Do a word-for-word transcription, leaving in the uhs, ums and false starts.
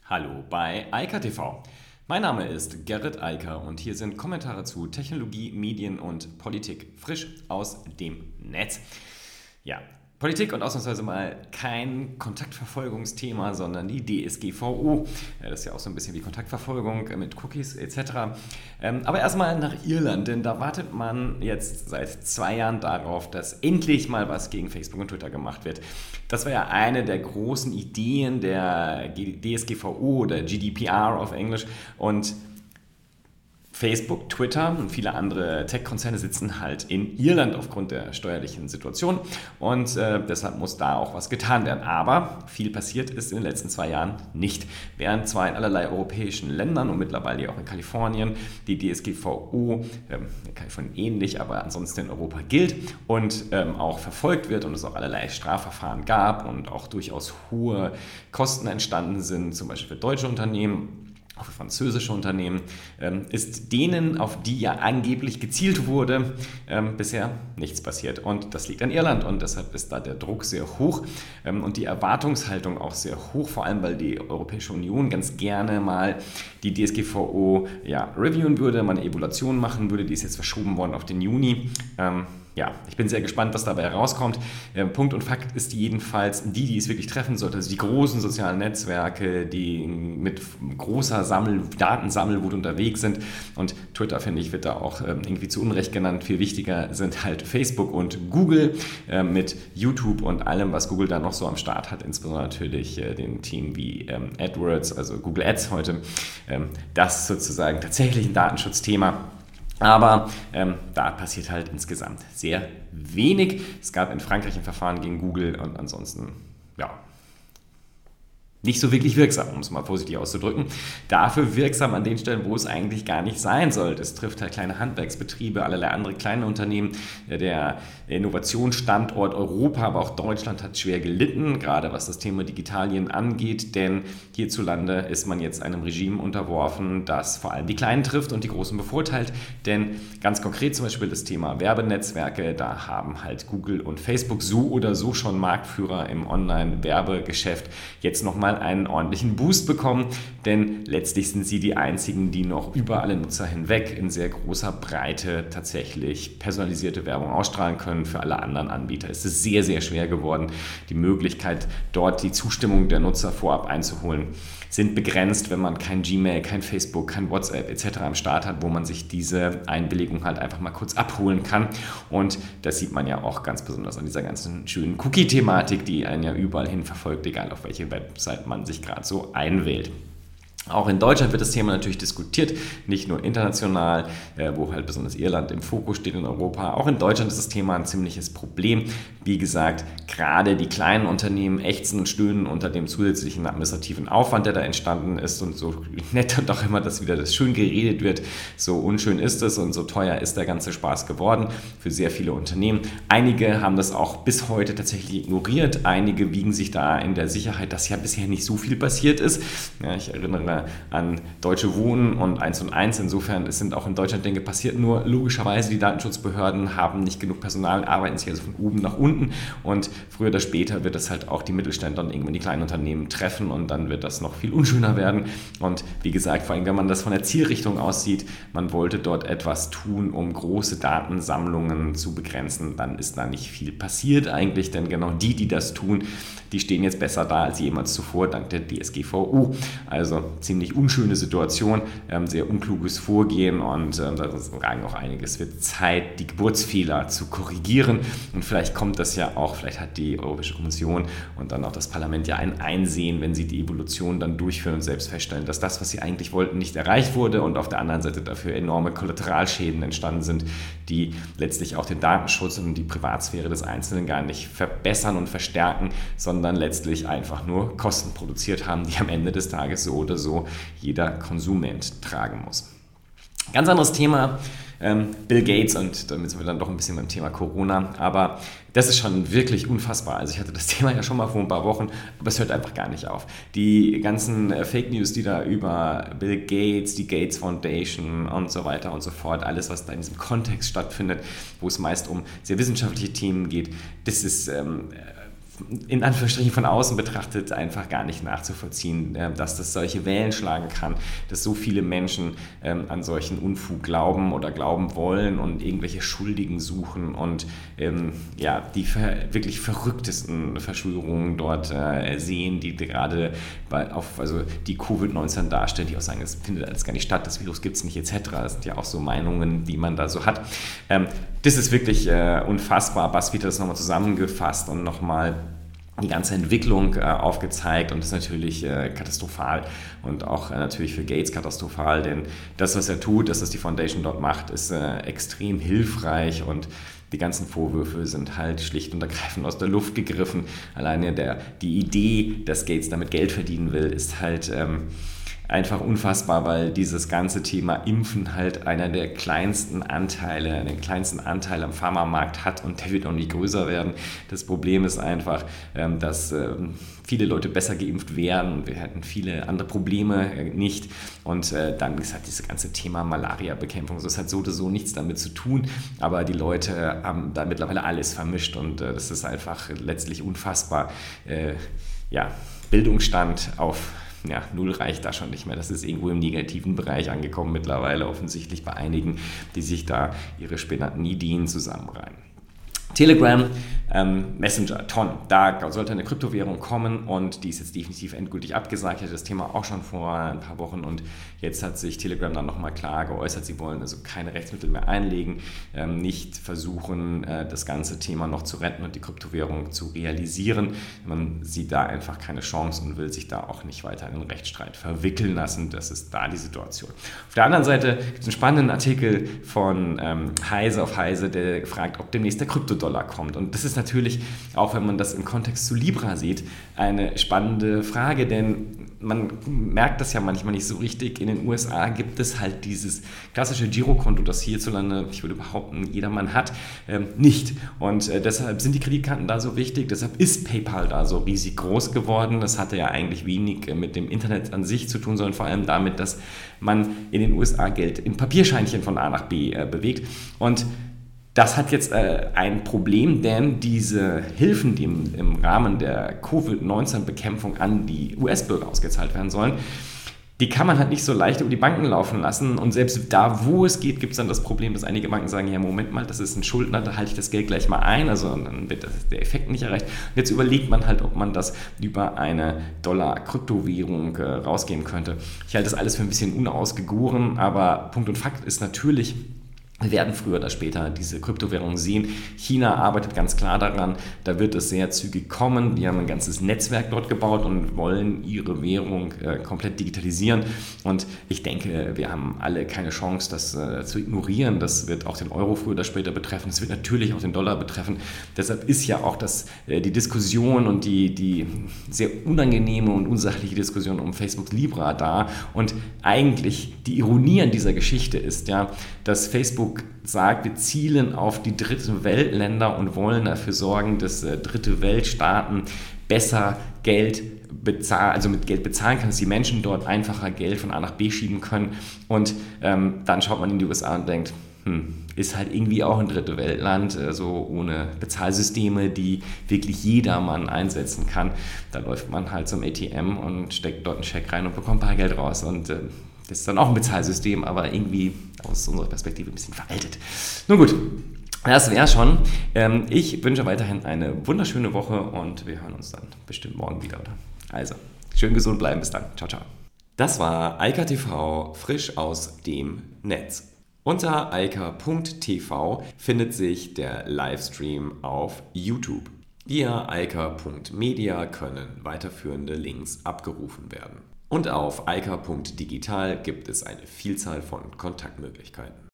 Hallo bei Eika T V. Mein Name ist Gerrit Eiker und hier sind Kommentare zu Technologie, Medien und Politik frisch aus dem Netz. Ja, Politik und ausnahmsweise mal kein Kontaktverfolgungsthema, sondern die D S G V O. Ja, das ist ja auch so ein bisschen wie Kontaktverfolgung mit Cookies et cetera. Ähm, aber erstmal nach Irland, denn da wartet man jetzt seit zwei Jahren darauf, dass endlich mal was gegen Facebook und Twitter gemacht wird. Das war ja eine der großen Ideen der D S G V O oder G D P R auf Englisch und Facebook, Twitter und viele andere Tech-Konzerne sitzen halt in Irland aufgrund der steuerlichen Situation und äh, deshalb muss da auch was getan werden. Aber viel passiert ist in den letzten zwei Jahren nicht. Während zwar in allerlei europäischen Ländern und mittlerweile auch in Kalifornien die D S G V O, ähm, Kalifornien ähnlich, aber ansonsten in Europa gilt und ähm, auch verfolgt wird und es auch allerlei Strafverfahren gab und auch durchaus hohe Kosten entstanden sind, zum Beispiel für deutsche Unternehmen, auch für französische Unternehmen, ähm, ist denen, auf die ja angeblich gezielt wurde, ähm, bisher nichts passiert. Und das liegt an Irland und deshalb ist da der Druck sehr hoch ähm, und die Erwartungshaltung auch sehr hoch, vor allem weil die Europäische Union ganz gerne mal die D S G V O ja, reviewen würde, mal eine Evaluation machen würde, die ist jetzt verschoben worden auf den Juni. Ähm, Ja, ich bin sehr gespannt, was dabei herauskommt. Äh, Punkt und Fakt ist jedenfalls, die, die es wirklich treffen sollte, also die großen sozialen Netzwerke, die mit großer Sammel, Datensammelwut unterwegs sind. Und Twitter, finde ich, wird da auch ähm, irgendwie zu Unrecht genannt. Viel wichtiger sind halt Facebook und Google äh, mit YouTube und allem, was Google da noch so am Start hat. Insbesondere natürlich äh, den Team wie ähm, AdWords, also Google Ads heute. Ähm, das ist sozusagen tatsächlich ein Datenschutzthema. Aber ähm, da passiert halt insgesamt sehr wenig. Es gab in Frankreich ein Verfahren gegen Google und ansonsten, ja, nicht so wirklich wirksam, um es mal vorsichtig auszudrücken. Dafür wirksam an den Stellen, wo es eigentlich gar nicht sein sollte. Es trifft halt kleine Handwerksbetriebe, allerlei andere kleine Unternehmen. Der Innovationsstandort Europa, aber auch Deutschland hat schwer gelitten, gerade was das Thema Digitalien angeht, denn hierzulande ist man jetzt einem Regime unterworfen, das vor allem die Kleinen trifft und die Großen bevorteilt. Denn ganz konkret zum Beispiel das Thema Werbenetzwerke, da haben halt Google und Facebook so oder so schon Marktführer im Online-Werbegeschäft jetzt nochmal einen ordentlichen Boost bekommen, denn letztlich sind sie die einzigen, die noch über alle Nutzer hinweg in sehr großer Breite tatsächlich personalisierte Werbung ausstrahlen können. Für alle anderen Anbieter ist es sehr, sehr schwer geworden. Die Möglichkeit, dort die Zustimmung der Nutzer vorab einzuholen, sind begrenzt, wenn man kein Gmail, kein Facebook, kein WhatsApp et cetera am Start hat, wo man sich diese Einwilligung halt einfach mal kurz abholen kann. Und das sieht man ja auch ganz besonders an dieser ganzen schönen Cookie-Thematik, die einen ja überall hin verfolgt, egal auf welche Website man sich gerade so einwählt. Auch in Deutschland wird das Thema natürlich diskutiert, nicht nur international, wo halt besonders Irland im Fokus steht in Europa. Auch in Deutschland ist das Thema ein ziemliches Problem. Wie gesagt, gerade die kleinen Unternehmen ächzen und stöhnen unter dem zusätzlichen administrativen Aufwand, der da entstanden ist. Und so nett und auch immer, dass wieder das schön geredet wird, so unschön ist es und so teuer ist der ganze Spaß geworden für sehr viele Unternehmen. Einige haben das auch bis heute tatsächlich ignoriert. Einige wiegen sich da in der Sicherheit, dass ja bisher nicht so viel passiert ist. Ja, ich erinnere an Deutsche Wohnen und eins und eins. Insofern es sind auch in Deutschland Dinge passiert, nur logischerweise die Datenschutzbehörden haben nicht genug Personal, arbeiten sich also von oben nach unten und früher oder später wird das halt auch die Mittelständler und irgendwann die kleinen Unternehmen treffen und dann wird das noch viel unschöner werden. Und wie gesagt, vor allem wenn man das von der Zielrichtung aussieht, man wollte dort etwas tun, um große Datensammlungen zu begrenzen, dann ist da nicht viel passiert eigentlich, denn genau die, die das tun, die stehen jetzt besser da als jemals zuvor dank der D S G V O. Also ziemlich unschöne Situation, ähm, sehr unkluges Vorgehen und ähm, da sagen auch einige, es wird Zeit, die Geburtsfehler zu korrigieren und vielleicht kommt das ja auch, vielleicht hat die Europäische Kommission und dann auch das Parlament ja ein Einsehen, wenn sie die Evolution dann durchführen und selbst feststellen, dass das, was sie eigentlich wollten, nicht erreicht wurde und auf der anderen Seite dafür enorme Kollateralschäden entstanden sind, die letztlich auch den Datenschutz und die Privatsphäre des Einzelnen gar nicht verbessern und verstärken, sondern letztlich einfach nur Kosten produziert haben, die am Ende des Tages so oder so jeder Konsument tragen muss. Ganz anderes Thema, ähm, Bill Gates und damit sind wir dann doch ein bisschen beim Thema Corona, aber das ist schon wirklich unfassbar. Also ich hatte das Thema ja schon mal vor ein paar Wochen, aber es hört einfach gar nicht auf. Die ganzen äh, Fake News, die da über Bill Gates, die Gates Foundation und so weiter und so fort, alles, was da in diesem Kontext stattfindet, wo es meist um sehr wissenschaftliche Themen geht, das ist ähm, in Anführungsstrichen von außen betrachtet einfach gar nicht nachzuvollziehen, äh, dass das solche Wellen schlagen kann, dass so viele Menschen ähm, an solchen Unfug glauben oder glauben wollen und irgendwelche Schuldigen suchen und ähm, ja, die ver- wirklich verrücktesten Verschwörungen dort äh, sehen, die gerade bei, auf, also die Covid neunzehn darstellen, die auch sagen, es findet alles gar nicht statt, das Virus gibt es nicht et cetera. Das sind ja auch so Meinungen, die man da so hat. Ähm, das ist wirklich äh, unfassbar. BuzzFeed hat das nochmal zusammengefasst und nochmal die ganze Entwicklung äh, aufgezeigt und das ist natürlich äh, katastrophal und auch äh, natürlich für Gates katastrophal, denn das, was er tut, das, was die Foundation dort macht, ist äh, extrem hilfreich und die ganzen Vorwürfe sind halt schlicht und ergreifend aus der Luft gegriffen. Alleine der, die Idee, dass Gates damit Geld verdienen will, ist halt ähm, einfach unfassbar, weil dieses ganze Thema Impfen halt einer der kleinsten Anteile, den kleinsten Anteil am Pharmamarkt hat und der wird auch nicht größer werden. Das Problem ist einfach, dass viele Leute besser geimpft wären. Wir hätten viele andere Probleme nicht. Und dann ist halt dieses ganze Thema Malaria-Bekämpfung. Das hat so oder so nichts damit zu tun, aber die Leute haben da mittlerweile alles vermischt und das ist einfach letztlich unfassbar. Ja, Bildungsstand auf Ja, null reicht da schon nicht mehr. Das ist irgendwo im negativen Bereich angekommen mittlerweile, offensichtlich bei einigen, die sich da ihre Spenatideen zusammenreimen. Telegram, ähm, Messenger, Ton, da sollte eine Kryptowährung kommen und die ist jetzt definitiv endgültig abgesagt. Ich hatte das Thema auch schon vor ein paar Wochen und jetzt hat sich Telegram dann nochmal klar geäußert, sie wollen also keine Rechtsmittel mehr einlegen, ähm, nicht versuchen, äh, das ganze Thema noch zu retten und die Kryptowährung zu realisieren. Man sieht da einfach keine Chance und will sich da auch nicht weiter in einen Rechtsstreit verwickeln lassen. Das ist da die Situation. Auf der anderen Seite gibt es einen spannenden Artikel von ähm, Heise auf Heise, der fragt, ob demnächst der Kryptodollar kommt. Und das ist natürlich, auch wenn man das im Kontext zu Libra sieht, eine spannende Frage, denn man merkt das ja manchmal nicht so richtig. In den U S A gibt es halt dieses klassische Girokonto, das hierzulande, ich würde behaupten, jedermann hat, ähm, nicht. Und äh, deshalb sind die Kreditkarten da so wichtig, deshalb ist PayPal da so riesig groß geworden. Das hatte ja eigentlich wenig äh, mit dem Internet an sich zu tun, sondern vor allem damit, dass man in den U S A Geld in Papierscheinchen von A nach B äh, bewegt. Und das hat jetzt äh, ein Problem, denn diese Hilfen, die im, im Rahmen der Covid neunzehn Bekämpfung an die U S-Bürger ausgezahlt werden sollen, die kann man halt nicht so leicht über die Banken laufen lassen. Und selbst da, wo es geht, gibt es dann das Problem, dass einige Banken sagen, ja, Moment mal, das ist ein Schuldner, da halte ich das Geld gleich mal ein. Also dann wird das, der Effekt nicht erreicht. Und jetzt überlegt man halt, ob man das über eine Dollar-Kryptowährung äh, rausgeben könnte. Ich halte das alles für ein bisschen unausgegoren, aber Punkt und Fakt ist natürlich, wir werden früher oder später diese Kryptowährungen sehen. China arbeitet ganz klar daran, da wird es sehr zügig kommen. Die haben ein ganzes Netzwerk dort gebaut und wollen ihre Währung äh, komplett digitalisieren. Und ich denke, wir haben alle keine Chance, das äh, zu ignorieren. Das wird auch den Euro früher oder später betreffen. Das wird natürlich auch den Dollar betreffen. Deshalb ist ja auch das, äh, die Diskussion und die, die sehr unangenehme und unsachliche Diskussion um Facebooks Libra da. Und eigentlich die Ironie an dieser Geschichte ist ja, dass Facebook sagt, wir zielen auf die dritte Weltländer und wollen dafür sorgen, dass äh, dritte Weltstaaten besser Geld bezahlen, also mit Geld bezahlen können, dass die Menschen dort einfacher Geld von A nach B schieben können. Und ähm, dann schaut man in die U S A und denkt, hm, ist halt irgendwie auch ein dritte Weltland, äh, so ohne Bezahlsysteme, die wirklich jedermann einsetzen kann. Da läuft man halt zum A T M und steckt dort einen Scheck rein und bekommt ein paar Geld raus. Und äh, das ist dann auch ein Bezahlsystem, aber irgendwie aus unserer Perspektive ein bisschen veraltet. Nun gut, das wäre schon. Ich wünsche weiterhin eine wunderschöne Woche und wir hören uns dann bestimmt morgen wieder, oder? Also, schön gesund bleiben. Bis dann. Ciao, ciao. Das war Eika T V, frisch aus dem Netz. Unter eika punkt t v findet sich der Livestream auf YouTube. Via eika punkt media können weiterführende Links abgerufen werden. Und auf eika punkt digital gibt es eine Vielzahl von Kontaktmöglichkeiten.